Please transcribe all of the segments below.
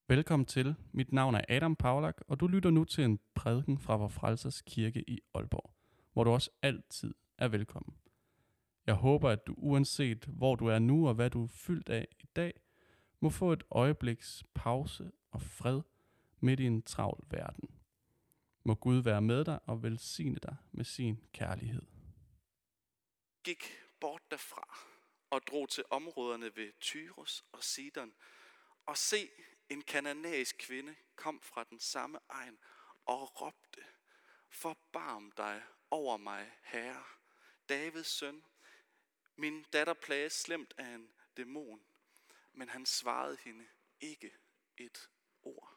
Velkommen til. Mit navn er Adam Paulak, og du lytter nu til en prædiken fra Vor Frelsers Kirke i Aalborg, hvor du også altid er velkommen. Jeg håber, at du uanset hvor du er nu og hvad du er fyldt af i dag, må få et øjebliks pause og fred midt i en travl verden. Må Gud være med dig og velsigne dig med sin kærlighed. Gik bort derfra og drog til områderne ved Tyrus og Sidon, og se, en kananæisk kvinde kom fra den samme egen og råbte: Forbarm dig over mig, Herre, Davids søn. Min datter plages slemt af en dæmon. Men han svarede hende ikke et ord.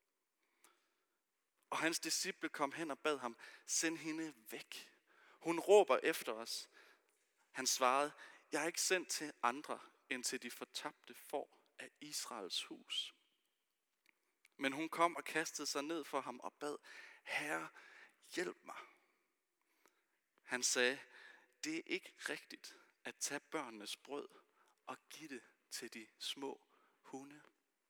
Og hans disciple kom hen og bad ham: Send hende væk. Hun råber efter os. Han svarede: Jeg er ikke sendt til andre end til de fortabte får af Israels hus. Men hun kom og kastede sig ned for ham og bad: Herre, hjælp mig. Han sagde: Det er ikke rigtigt at tage børnenes brød og give det til de små hunde.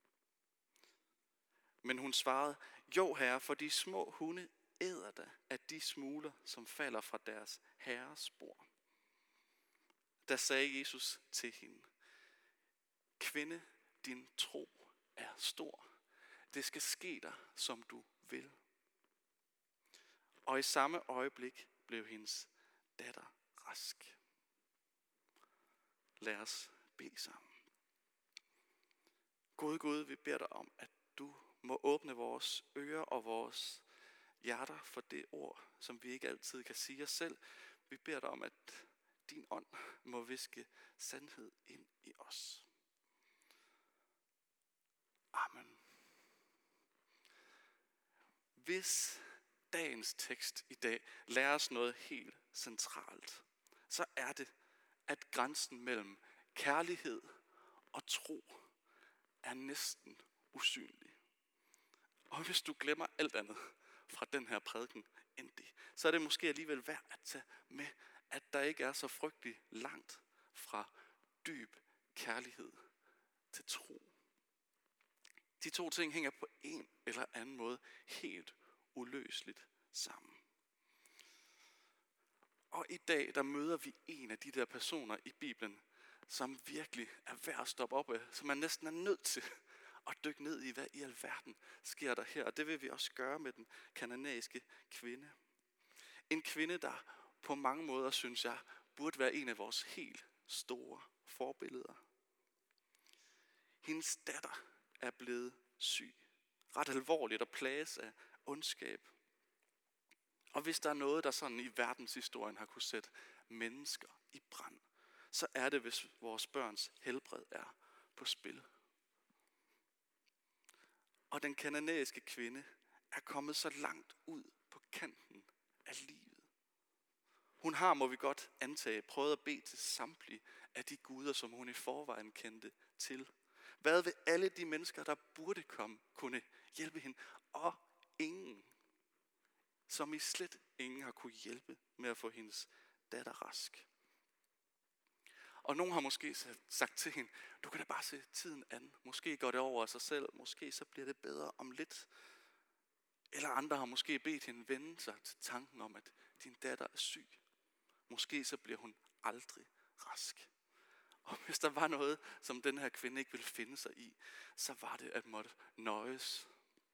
Men hun svarede: Jo, herre, for de små hunde æder da af de smuler, som falder fra deres herres bord. Da sagde Jesus til hende: Kvinde, din tro er stor. Det skal ske dig, som du vil. Og i samme øjeblik blev hendes datter rask. Lad os bede sammen. Gode Gud, vi beder dig om, at du må åbne vores ører og vores hjerter for det ord, som vi ikke altid kan sige os selv. Vi beder dig om, at din ånd må viske sandhed ind i os. Amen. Hvis dagens tekst i dag lærer os noget helt centralt, så er det, at grænsen mellem kærlighed og tro er næsten usynlig. Og hvis du glemmer alt andet fra den her prædiken endelig, så er det måske alligevel værd at tage med, at der ikke er så frygtelig langt fra dyb kærlighed til tro. De to ting hænger på en eller anden måde helt uløseligt sammen. Og i dag, der møder vi en af de der personer i Bibelen, som virkelig er værd at stoppe op af, som man næsten er nødt til at dykke ned i, hvad i alverden sker der her. Og det vil vi også gøre med den kananæiske kvinde. En kvinde, der på mange måder, synes jeg, burde være en af vores helt store forbilleder. Hendes datter er blevet syg, ret alvorligt og plages af ondskab. Og hvis der er noget, der sådan i verdenshistorien har kunne sætte mennesker i brand, så er det, hvis vores børns helbred er på spil. Og den kananæiske kvinde er kommet så langt ud på kanten af livet. Hun har, må vi godt antage, prøvet at bede til samtlige af de guder, som hun i forvejen kendte til. Hvad vil alle de mennesker, der burde komme, kunne hjælpe hende? Og ingen, som i slet ingen har kunne hjælpe med at få hendes datter rask. Og nogen har måske sagt til hende: Du kan da bare se tiden an. Måske går det over af sig selv. Måske så bliver det bedre om lidt. Eller andre har måske bedt hende vende sig til tanken om, at din datter er syg. Måske så bliver hun aldrig rask. Og hvis der var noget, som den her kvinde ikke ville finde sig i, så var det at måtte nøjes.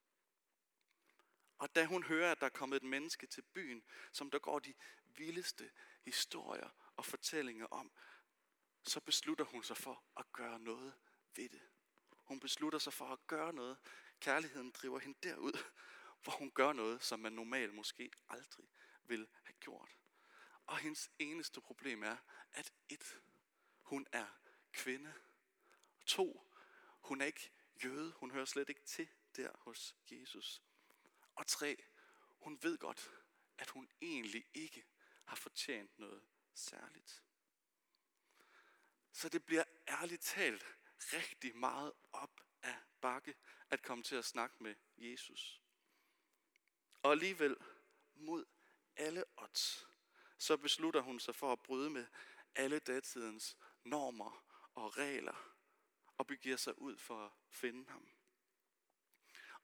Og da hun hører, at der er kommet et menneske til byen, som der går de vildeste historier og fortællinger om, så beslutter hun sig for at gøre noget ved det. Hun beslutter sig for at gøre noget. Kærligheden driver hende derud, hvor hun gør noget, som man normalt måske aldrig ville have gjort. Og hendes eneste problem er, at 1, hun er kvinde. 2, hun er ikke jøde. Hun hører slet ikke til der hos Jesus. Og 3, hun ved godt, at hun egentlig ikke har fortjent noget særligt. Så det bliver ærligt talt rigtig meget op ad bakke at komme til at snakke med Jesus. Og alligevel, mod alle odds, så beslutter hun sig for at bryde med alle datidens normer og regler og begiver sig ud for at finde ham.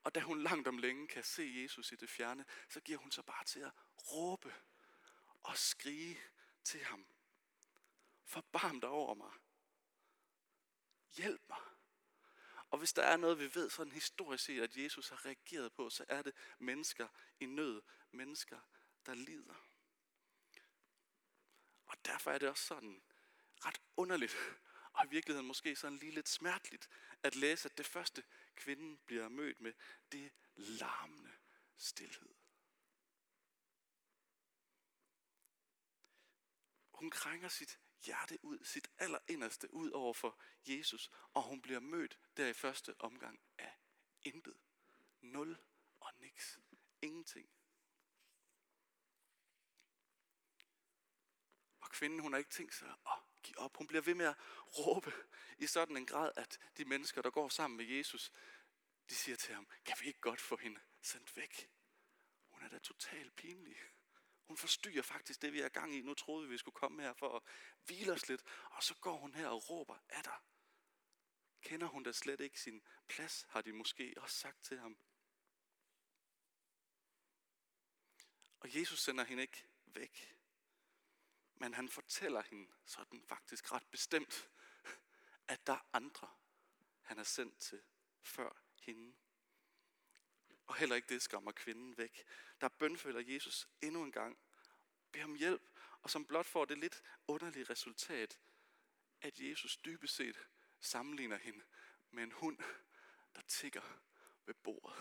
Og da hun langt om længe kan se Jesus i det fjerne, så giver hun sig bare til at råbe og skrige til ham. Forbarm dig over mig. Hjælp mig. Og hvis der er noget, vi ved sådan historisk set, at Jesus har reageret på, så er det mennesker i nød. Mennesker, der lider. Og derfor er det også sådan ret underligt, og i virkeligheden måske sådan lige lidt smerteligt, at læse, at det første kvinden bliver mødt med, det er larmende stilhed. Hun krænger sit hjerte ud, sit allerinderste ud over for Jesus, og hun bliver mødt der i første omgang af intet. Nul og niks. Ingenting. Og kvinden, hun har ikke tænkt sig at give op. Hun bliver ved med at råbe i sådan en grad, at de mennesker, der går sammen med Jesus, de siger til ham, kan vi ikke godt få hende sendt væk? Hun er da totalt pinlig. Hun forstyrrer faktisk det, vi er gang i. Nu troede vi skulle komme her for at hvile os lidt, og så går hun her og råber af dig. Kender hun da slet ikke sin plads, har de måske også sagt til ham. Og Jesus sender hende ikke væk. Men han fortæller hende sådan faktisk ret bestemt, at der er andre, han er sendt til før hende. Og heller ikke det skræmmer kvinden væk. Der bønfælder Jesus endnu en gang, beder om hjælp, og som blot får det lidt underlige resultat, at Jesus dybest set sammenligner hende med en hund, der tigger ved bordet.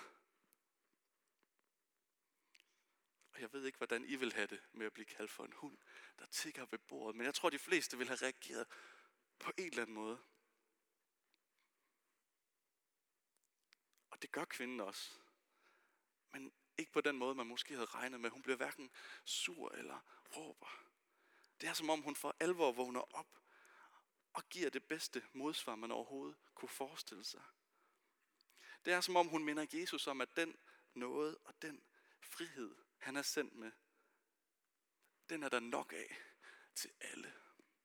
Og jeg ved ikke, hvordan I vil have det med at blive kaldt for en hund, der tigger ved bordet. Men jeg tror, de fleste vil have reageret på en eller anden måde. Og det gør kvinden også. Men ikke på den måde, man måske havde regnet med. Hun bliver hverken sur eller råber. Det er som om, hun for alvor vågner op og giver det bedste modsvar, man overhovedet kunne forestille sig. Det er som om, hun minder Jesus om, at den nåde og den frihed, han er sendt med, den er der nok af til alle.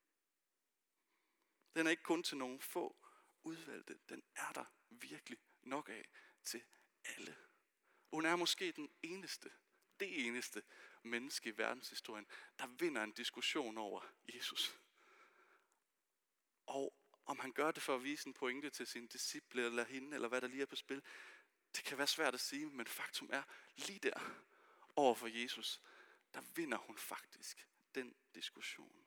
Den er ikke kun til nogle få udvalgte. Den er der virkelig nok af til alle. Hun er måske det eneste menneske i verdenshistorien, der vinder en diskussion over Jesus. Og om han gør det for at vise en pointe til sine disciple eller hende, eller hvad der lige er på spil, det kan være svært at sige, men faktum er, lige der over for Jesus, der vinder hun faktisk den diskussion.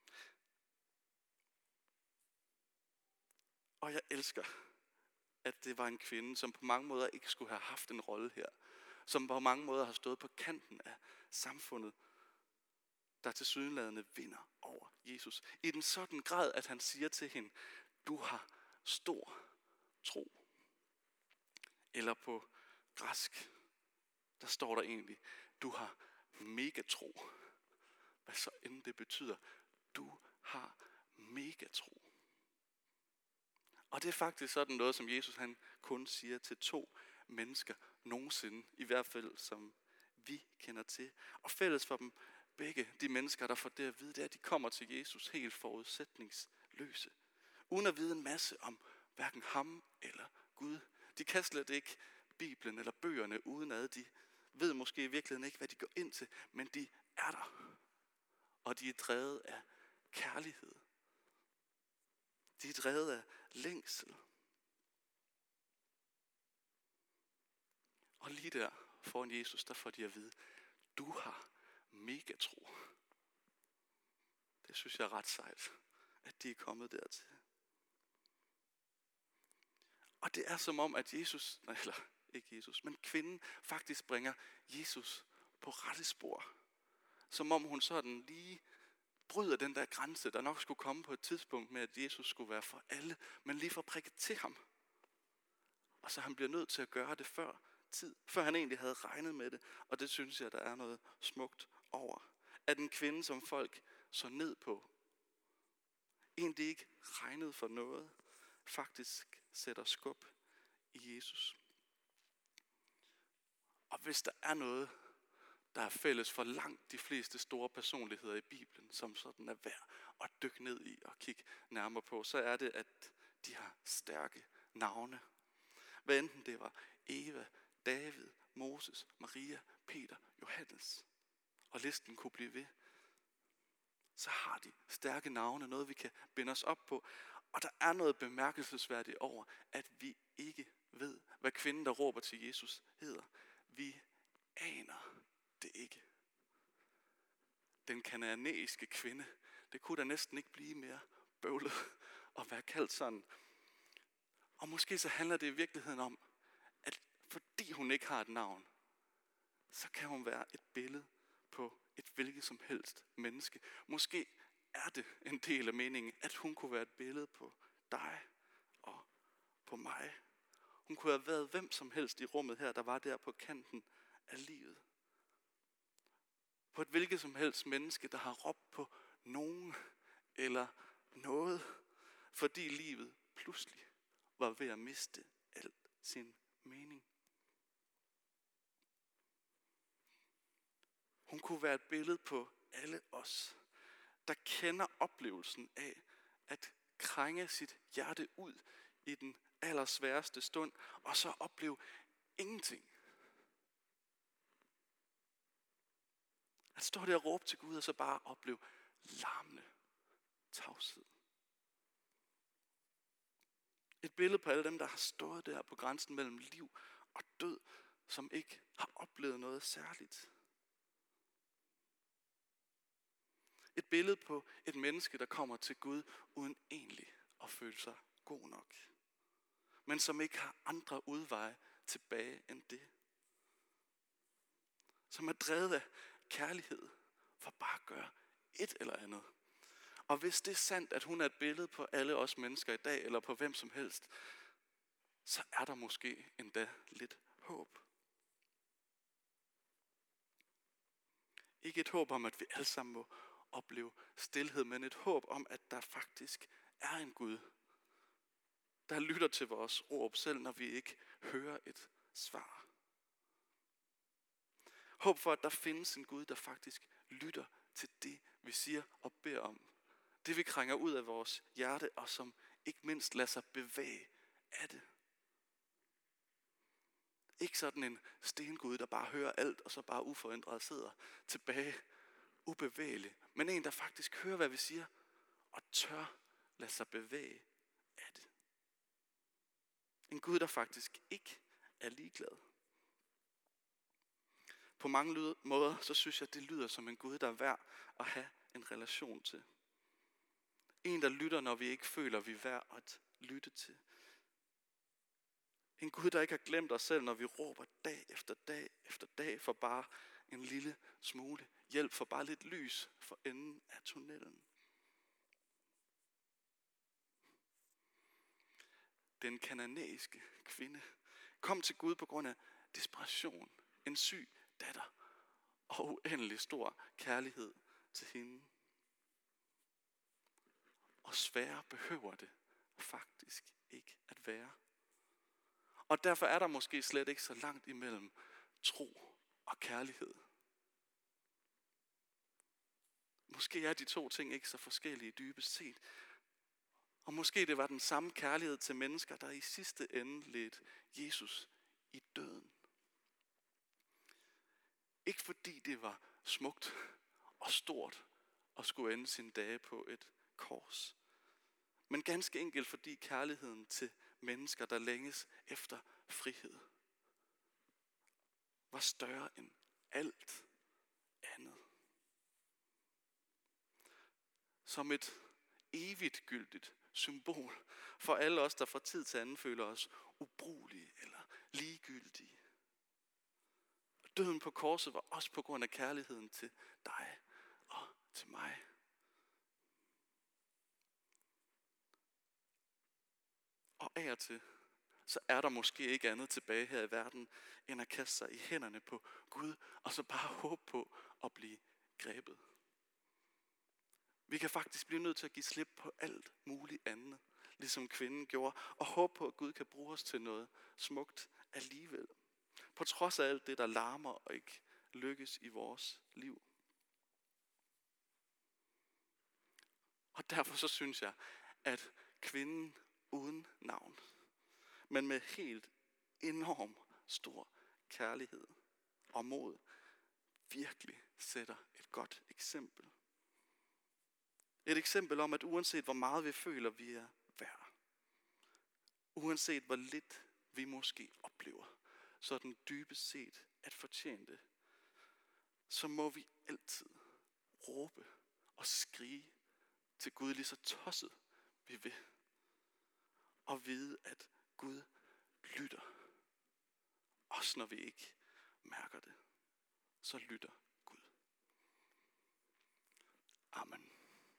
Og jeg elsker, at det var en kvinde, som på mange måder ikke skulle have haft en rolle her. Som på mange måder har stået på kanten af samfundet, der tilsyneladende vinder over Jesus. I den sådan grad, at han siger til hende, du har stor tro. Eller på græsk, der står der egentlig, du har megatro. Hvad så end det betyder, du har megatro. Og det er faktisk sådan noget, som Jesus han kun siger til 2 mennesker nogensinde, i hvert fald som vi kender til. Og fælles for dem begge, de mennesker, der får det at vide, det er, at de kommer til Jesus helt forudsætningsløse. Uden at vide en masse om hverken ham eller Gud. De kan slet ikke Bibelen eller bøgerne udenad. De ved måske i virkeligheden ikke, hvad de går ind til, men de er der. Og de er drevet af kærlighed. De er drevet af længsel. Og lige der foran Jesus, der får de at vide, du har megatro. Det synes jeg er ret sejt, at de er kommet dertil. Og det er som om, at men kvinden faktisk bringer Jesus på rette spor. Som om hun sådan lige bryder den der grænse, der nok skulle komme på et tidspunkt med, at Jesus skulle være for alle, men lige for prikket til ham. Og så han bliver nødt til at gøre det før han egentlig havde regnet med det. Og det synes jeg, der er noget smukt over. At en kvinde, som folk så ned på, egentlig ikke regnede for noget, faktisk sætter skub i Jesus. Og hvis der er noget, der er fælles for langt de fleste store personligheder i Bibelen, som sådan er værd at dykke ned i og kigge nærmere på, så er det, at de har stærke navne. Hvad enten det var Eva, David, Moses, Maria, Peter, Johannes. Og listen kunne blive ved. Så har de stærke navne, noget vi kan binde os op på. Og der er noget bemærkelsesværdigt over, at vi ikke ved, hvad kvinden, der råber til Jesus, hedder. Vi aner det ikke. Den kanaanæiske kvinde, det kunne da næsten ikke blive mere bøvlet at være kaldt sådan. Og måske så handler det i virkeligheden om, at fordi hun ikke har et navn, så kan hun være et billede på et hvilket som helst menneske. Måske er det en del af meningen, at hun kunne være et billede på dig og på mig. Hun kunne have været hvem som helst i rummet her, der var der på kanten af livet. På et hvilket som helst menneske, der har råbt på nogen eller noget, fordi livet pludselig var ved at miste al sin mening. Hun kunne være et billede på alle os, der kender oplevelsen af at krænge sit hjerte ud i den allersværeste stund, og så opleve ingenting. At stå der og råbe til Gud, og så bare opleve larmende tavshed. Et billede på alle dem, der har stået der på grænsen mellem liv og død, som ikke har oplevet noget særligt. Et billede på et menneske, der kommer til Gud uden egentlig at føle sig god nok. Men som ikke har andre udveje tilbage end det. Som er drevet af kærlighed for bare at gøre et eller andet. Og hvis det er sandt, at hun er et billede på alle os mennesker i dag, eller på hvem som helst, så er der måske endda lidt håb. Ikke et håb om, at vi alle sammen må opleve stilhed, men et håb om, at der faktisk er en Gud, der lytter til vores råb, selv når vi ikke hører et svar. Håb for, at der findes en Gud, der faktisk lytter til det, vi siger og beder om. Det vi krænger ud af vores hjerte, og som ikke mindst lader sig bevæge af det. Ikke sådan en stengud, der bare hører alt, og så bare uforandret sidder tilbage ubevægelig. Men en, der faktisk hører, hvad vi siger, og tør lade sig bevæge af det. En Gud, der faktisk ikke er ligeglad. På mange måder, så synes jeg, det lyder som en Gud, der er værd at have en relation til. En, der lytter, når vi ikke føler, vi er værd at lytte til. En Gud, der ikke har glemt os selv, når vi råber dag efter dag efter dag for bare en lille smule hjælp, for bare lidt lys for enden af tunnelen. Den kanaanæiske kvinde kom til Gud på grund af desperation, en syg datter og uendelig stor kærlighed til hende. Og sværere behøver det faktisk ikke at være. Og derfor er der måske slet ikke så langt imellem tro og kærlighed. Måske er de to ting ikke så forskellige dybest set. Og måske det var den samme kærlighed til mennesker, der i sidste ende ledte Jesus i døden. Ikke fordi det var smukt og stort at skulle ende sine dage på et kors. Men ganske enkelt fordi kærligheden til mennesker, der længes efter frihed, var større end alt andet. Som et evigt gyldigt symbol for alle os, der fra tid til anden føler os ubrugelige eller ligegyldige. Døden på korset var også på grund af kærligheden til dig og til mig. Og af og til, så er der måske ikke andet tilbage her i verden, end at kaste sig i hænderne på Gud, og så bare håbe på at blive grebet. Vi kan faktisk blive nødt til at give slip på alt muligt andet, ligesom kvinden gjorde, og håbe på, at Gud kan bruge os til noget smukt alligevel. På trods af alt det, der larmer og ikke lykkes i vores liv. Og derfor så synes jeg, at kvinden uden navn, men med helt enorm stor kærlighed og mod virkelig sætter et godt eksempel. Et eksempel om, at uanset hvor meget vi føler, vi er værd, uanset hvor lidt vi måske oplever, så er den dybest set at fortjente, så må vi altid råbe og skrige til Gud lige så tosset vi vil. Og vide, at Gud lytter. Også når vi ikke mærker det, så lytter Gud. Amen.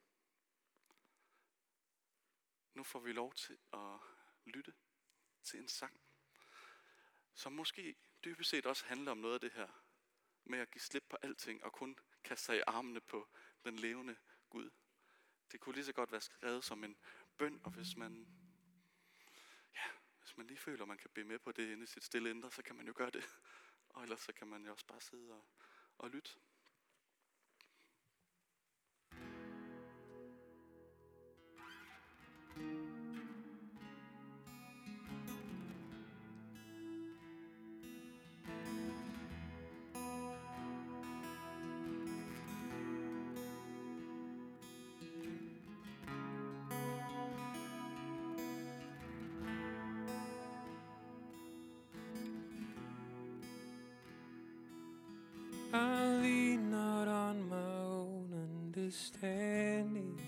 Nu får vi lov til at lytte til en sang, som måske dybest set også handler om noget af det her, med at give slip på alting og kun kaste sig i armene på den levende Gud. Det kunne lige så godt være skrevet som en bøn, og hvis man lige føler, at man kan bede med på det inde i sit stille indre, så kan man jo gøre det. Og ellers så kan man jo også bare sidde og lytte. I lean not on my own understanding.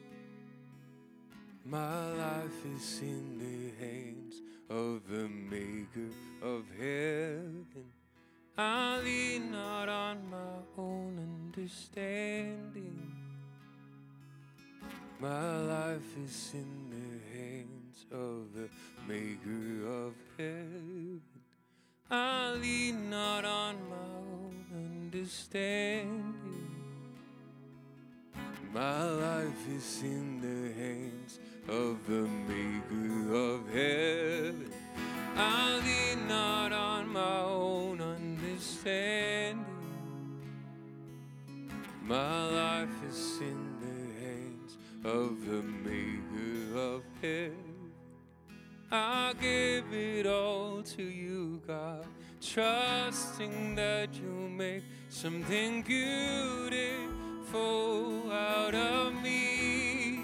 My life is in the hands of the maker of heaven. I lean not on my own understanding. My life is in the hands of the maker of heaven. I lean not on my own understanding. My life is in the hands of the maker of heaven. I lean not on my own understanding. My life is in the hands of the maker of heaven. I give it all to you, God, trusting that you'll make something beautiful out of me.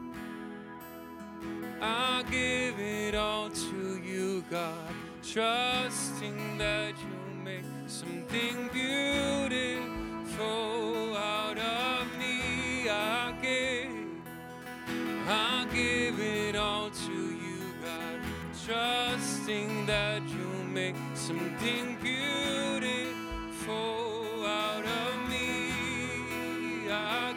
I give it all to you, God, trusting that you'll make something beautiful out of me. I give it all to you, God, trusting that you'll make something beautiful out of me. I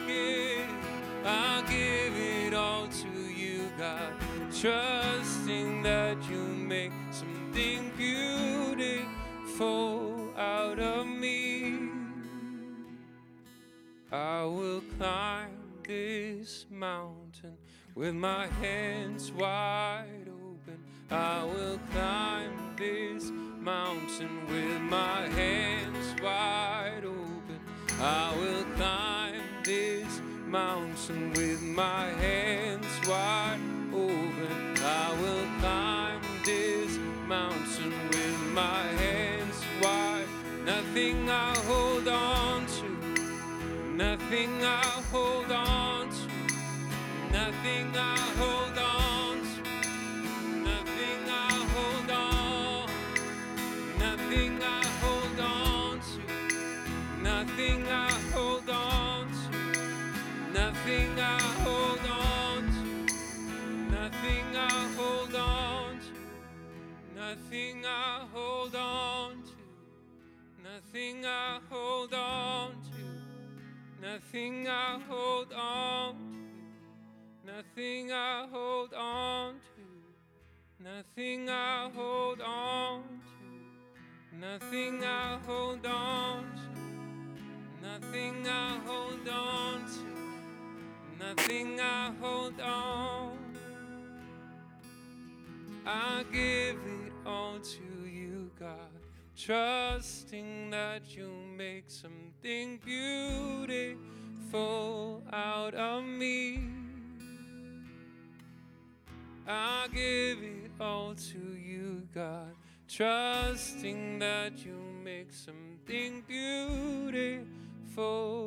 give it all to you, God, trusting that you'll make something beautiful out of me. I will climb this mountain with my hands wide open. I will climb this mountain with my hands wide open. I will climb this mountain with my hands wide open. I will climb this mountain with my hands wide. Nothing I'll hold on to, nothing I'll hold on to, nothing I'll hold on to, nothing I'll hold on, nothing I'll hold on to, nothing I'll hold on to, nothing I'll hold on to, nothing I'll hold on to, nothing I'll hold on to, nothing I'll hold on to, nothing I'll hold on to, nothing I'll hold on to, nothing I'll hold on to, nothing I'll hold on to, nothing I'll hold on to, nothing I'll hold on. I give it all to you, God, trusting that you'll make something beautiful out of me. I give it all to you, God, trusting that you make something beautiful